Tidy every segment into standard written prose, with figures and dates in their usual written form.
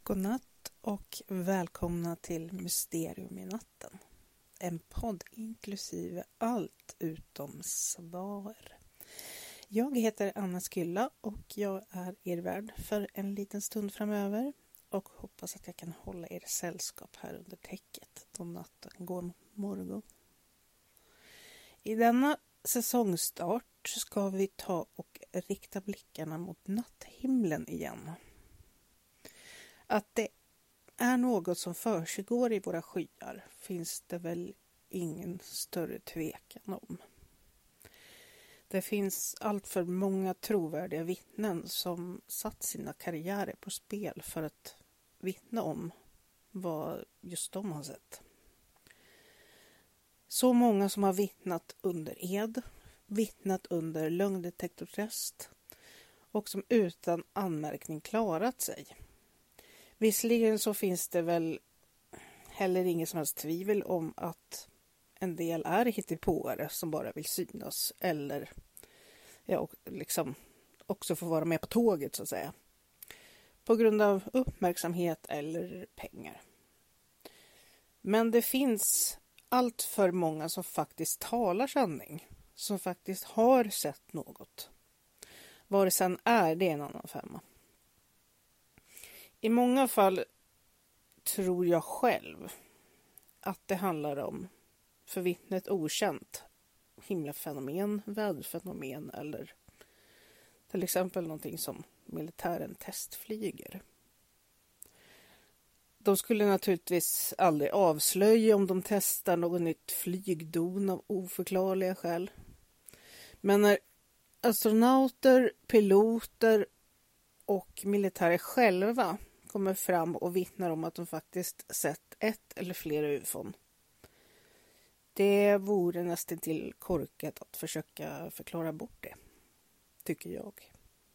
Godnatt och välkomna till Mysterium i natten. En podd inklusive allt utom svar. Jag heter Anna Skylla och jag är er värd för en liten stund framöver. Och hoppas att jag kan hålla er sällskap här under täcket då natten går mot morgon. I denna säsongstart ska vi ta och rikta blickarna mot natthimlen igen. Att det är något som försiggår i våra skyar finns det väl ingen större tvekan om. Det finns allt för många trovärdiga vittnen som satt sina karriärer på spel för att vittna om vad just de har sett. Så många som har vittnat under ed, vittnat under lögndetektortest och som utan anmärkning klarat sig. Visserligen så finns det väl heller ingen som helst tvivel om att en del är hittepåare som bara vill synas eller liksom också få vara med på tåget så att säga. På grund av uppmärksamhet eller pengar. Men det finns allt för många som faktiskt talar sanning. Som faktiskt har sett något. Vad det sen är, det är en annan femma. I många fall tror jag själv att det handlar om för vittnet okänt himlafenomen, väderfenomen eller till exempel någonting som militären testflyger. De skulle naturligtvis aldrig avslöja om de testar något nytt flygdon av oförklarliga skäl. Men när astronauter, piloter och militärer själva kommer fram och vittnar om att de faktiskt sett ett eller flera UFOn. Det vore nästan till korkat att försöka förklara bort det, tycker jag.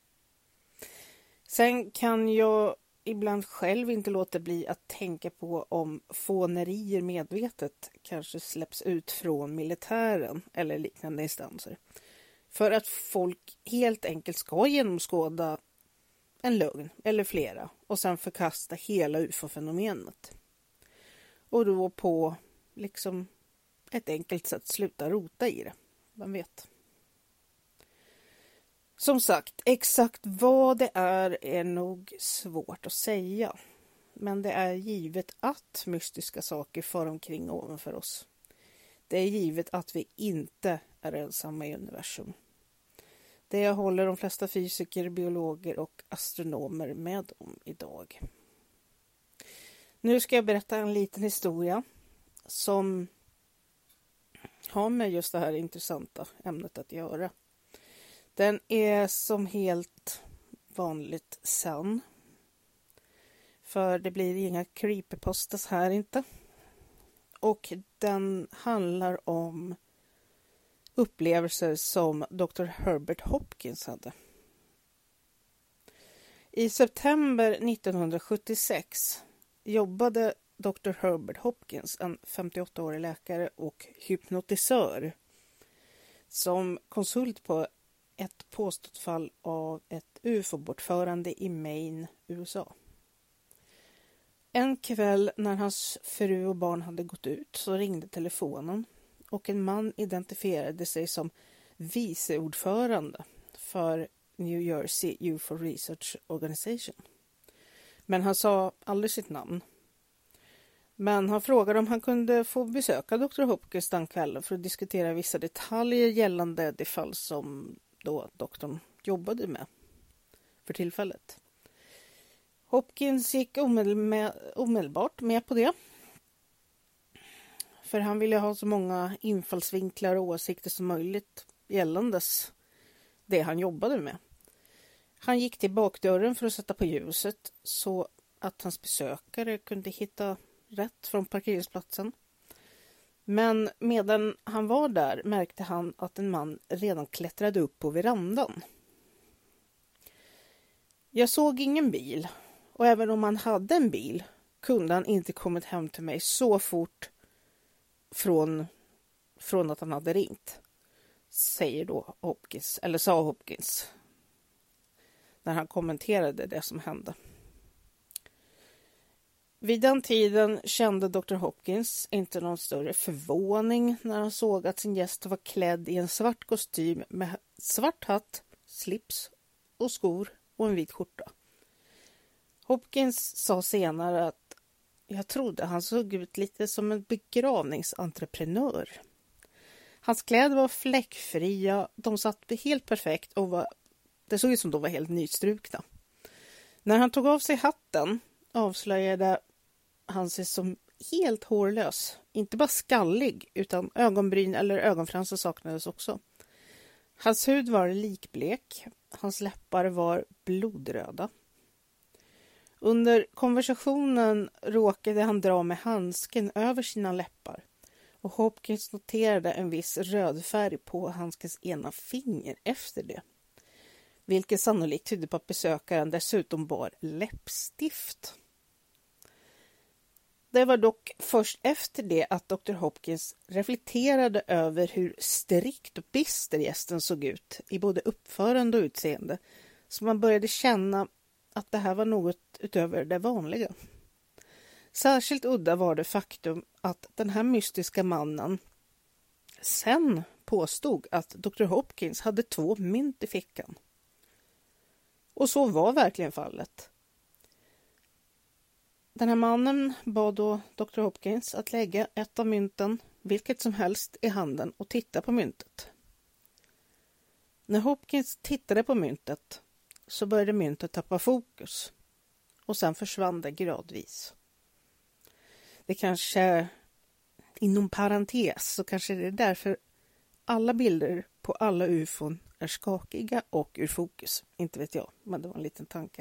Sen kan jag ibland själv inte låta bli att tänka på om fånerier medvetet kanske släpps ut från militären eller liknande instanser. För att folk helt enkelt ska genomskåda en lögn eller flera och sen förkasta hela UFO-fenomenet. Och då på liksom ett enkelt sätt sluta rota i det. Vem vet? Som sagt, exakt vad det är nog svårt att säga. Men det är givet att mystiska saker far omkring ovanför oss. Det är givet att vi inte är ensamma i universum. Det håller de flesta fysiker, biologer och astronomer med om idag. Nu ska jag berätta en liten historia som har med just det här intressanta ämnet att göra. Den är som helt vanligt sann. För det blir inga creepypastas här inte. Och den handlar om upplevelser som Dr. Herbert Hopkins hade. I september 1976 jobbade Dr. Herbert Hopkins, en 58-årig läkare och hypnotisör, som konsult på ett påstått fall av ett UFO-bortförande i Maine, USA. En kväll när hans fru och barn hade gått ut så ringde telefonen och en man identifierade sig som viceordförande för New Jersey UFO Research Organization. Men han sa aldrig sitt namn. Men han frågade om han kunde få besöka Dr. Hopkins den kvällen för att diskutera vissa detaljer gällande det fall som då doktorn jobbade med för tillfället. Hopkins gick omedelbart med på det. För han ville ha så många infallsvinklar och åsikter som möjligt gällandes det han jobbade med. Han gick till bakdörren för att sätta på ljuset så att hans besökare kunde hitta rätt från parkeringsplatsen. Men medan han var där märkte han att en man redan klättrade upp på verandan. Jag såg ingen bil och även om han hade en bil kunde han inte kommit hem till mig så fort från att han hade ringt, säger då Hopkins, eller sa Hopkins när han kommenterade det som hände. Vid den tiden kände Dr. Hopkins inte någon större förvåning när han såg att sin gäst var klädd i en svart kostym med svart hatt, slips och skor och en vit skjorta. Hopkins sa senare att jag trodde han såg ut lite som en begravningsentreprenör. Hans kläder var fläckfria, de satt helt perfekt och det såg ut som de var helt nystrukna. När han tog av sig hatten avslöjade han sig som helt hårlös. Inte bara skallig utan ögonbryn eller ögonfransar saknades också. Hans hud var likblek, hans läppar var blodröda. Under konversationen råkade han dra med handsken över sina läppar och Hopkins noterade en viss röd färg på handskens ena finger efter det. Vilket sannolikt tydde på att besökaren dessutom bar läppstift. Det var dock först efter det att Dr. Hopkins reflekterade över hur strikt och bister gästen såg ut i både uppförande och utseende som man började känna att det här var något utöver det vanliga. Särskilt udda var det faktum att den här mystiska mannen sen påstod att Dr. Hopkins hade 2 mynt i fickan. Och så var verkligen fallet. Den här mannen bad då Dr. Hopkins att lägga ett av mynten, vilket som helst, i handen och titta på myntet. När Hopkins tittade på myntet så började myntet tappa fokus och sen försvann det gradvis. Det kanske, inom parentes, så kanske det är därför alla bilder på alla ufon är skakiga och ur fokus. Inte vet jag, men det var en liten tanke.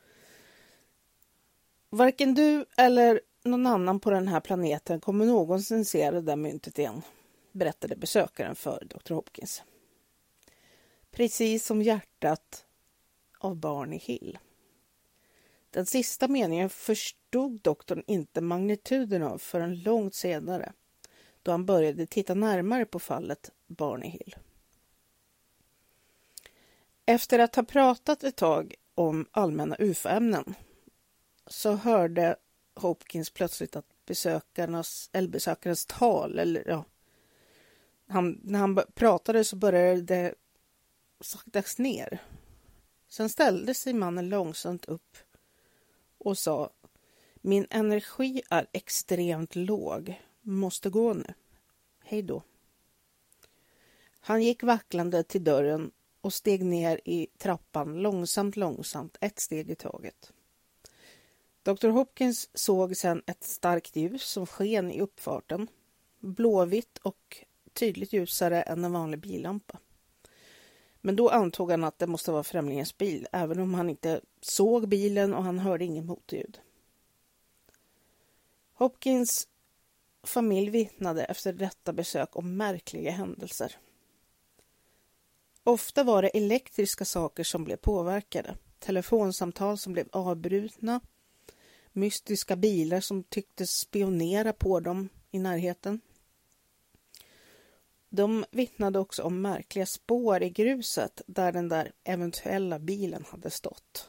Varken du eller någon annan på den här planeten kommer någonsin se det där myntet igen, berättade besökaren för Dr. Hopkins. Precis som hjärtat av Barney Hill. Den sista meningen förstod doktorn inte magnituden av förrän långt senare, då han började titta närmare på fallet Barney Hill. Efter att ha pratat ett tag om allmänna UFO-ämnen så hörde Hopkins plötsligt att besökarens tal, när han pratade så började det saktas ner. Sen ställde sig mannen långsamt upp och sa: min energi är extremt låg, måste gå nu. Hej då. Han gick vacklande till dörren och steg ner i trappan långsamt, ett steg i taget. Dr. Hopkins såg sedan ett starkt ljus som sken i uppfarten, blåvitt och tydligt ljusare än en vanlig billampa. Men då antog han att det måste vara främlingens bil, även om han inte såg bilen och han hörde ingen motljud. Hopkins familj vittnade efter detta besök om märkliga händelser. Ofta var det elektriska saker som blev påverkade, telefonsamtal som blev avbrutna, mystiska bilar som tycktes spionera på dem i närheten. De vittnade också om märkliga spår i gruset där den där eventuella bilen hade stått.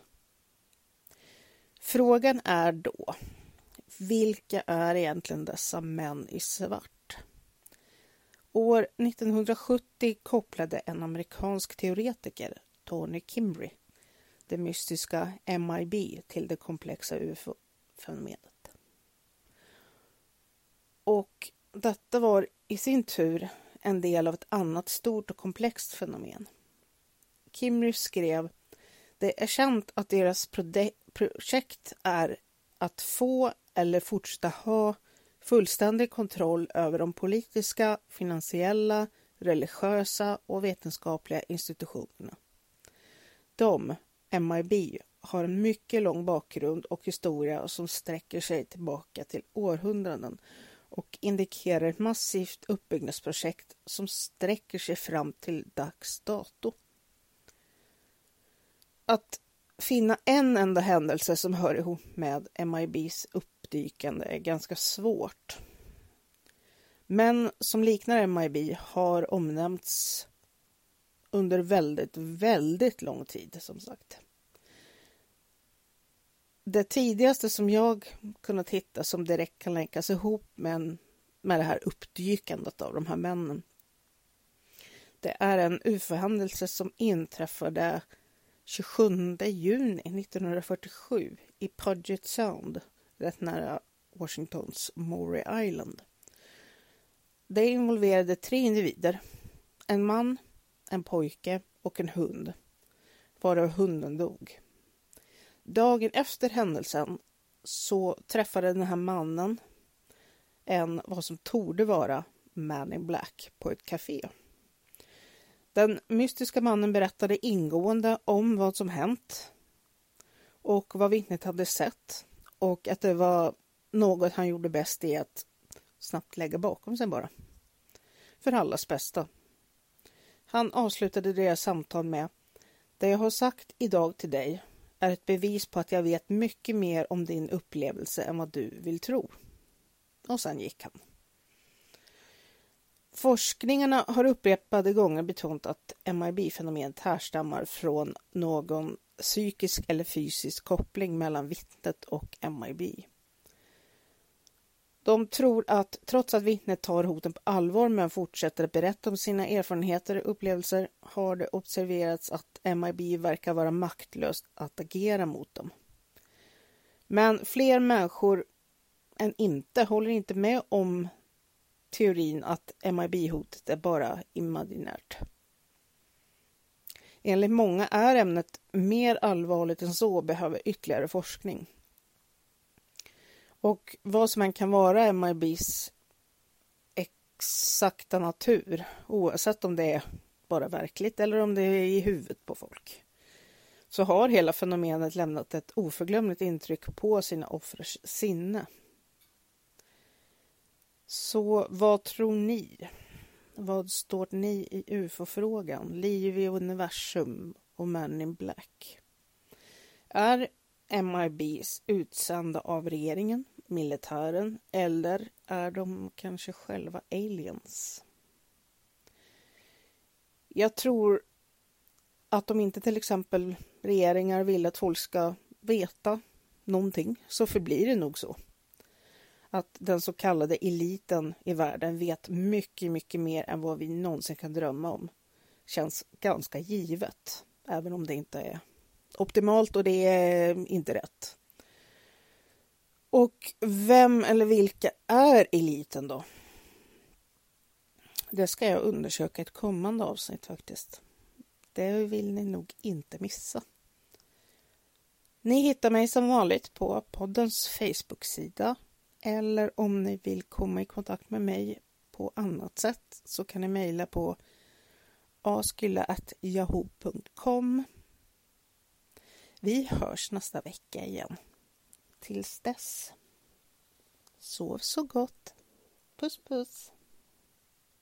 Frågan är då, vilka är egentligen dessa män i svart? År 1970 kopplade en amerikansk teoretiker, Tony Kimbrey, det mystiska MIB till det komplexa UFO-fenomenet. Och detta var i sin tur en del av ett annat stort och komplext fenomen. Kimbrey skrev: det är känt att deras projekt är att få eller fortsätta ha fullständig kontroll över de politiska, finansiella, religiösa och vetenskapliga institutionerna. De, MIB, har en mycket lång bakgrund och historia som sträcker sig tillbaka till århundraden och indikerar ett massivt uppbyggnadsprojekt som sträcker sig fram till dags dato. Att finna en enda händelse som hör ihop med MIBs uppdykande är ganska svårt. Men som liknar MIB har omnämnts under väldigt lång tid, som sagt. Det tidigaste som jag kunnat hitta som direkt kan länkas ihop med det här uppdykandet av de här männen. Det är en UFO-händelse som inträffade 27 juni 1947 i Puget Sound, rätt nära Washingtons Maury Island. Det involverade 3 individer, en man, en pojke och en hund, varav hunden dog. Dagen efter händelsen så träffade den här mannen vad som torde vara Man in Black på ett café. Den mystiska mannen berättade ingående om vad som hänt och vad vittnet hade sett, och att det var något han gjorde bäst i att snabbt lägga bakom sig bara. För allas bästa. Han avslutade deras samtal med: "Det jag har sagt idag till dig är ett bevis på att jag vet mycket mer om din upplevelse än vad du vill tro." Och sen gick han. Forskningarna har upprepade gånger betonat att MIB-fenomenet härstammar från någon psykisk eller fysisk koppling mellan vittnet och MIB. De tror att trots att vittnet tar hoten på allvar men fortsätter att berätta om sina erfarenheter och upplevelser, har det observerats att MIB verkar vara maktlöst att agera mot dem. Men fler människor än inte håller inte med om teorin att MIB-hotet är bara imaginärt. Enligt många är ämnet mer allvarligt än så och behöver ytterligare forskning. Och vad som än kan vara MIBs exakta natur, oavsett om det är bara verkligt eller om det är i huvudet på folk, så har hela fenomenet lämnat ett oförglömligt intryck på sina offers sinne. Så vad tror ni? Vad står ni i UFO-frågan? Liv i universum och Man in Black? Är MIBs utsända av regeringen, militären, eller är de kanske själva aliens? Jag tror att om inte till exempel regeringar vill att folk ska veta någonting, så förblir det nog så. Att den så kallade eliten i världen vet mycket, mycket mer än vad vi någonsin kan drömma om. Känns ganska givet, även om det inte är optimalt och det är inte rätt. Och vem eller vilka är eliten då? Det ska jag undersöka i ett kommande avsnitt faktiskt. Det vill ni nog inte missa. Ni hittar mig som vanligt på poddens Facebook-sida, eller om ni vill komma i kontakt med mig på annat sätt så kan ni mejla på askylla@yahoo.com. Vi hörs nästa vecka igen. Tills dess, sov så gott. Puss puss.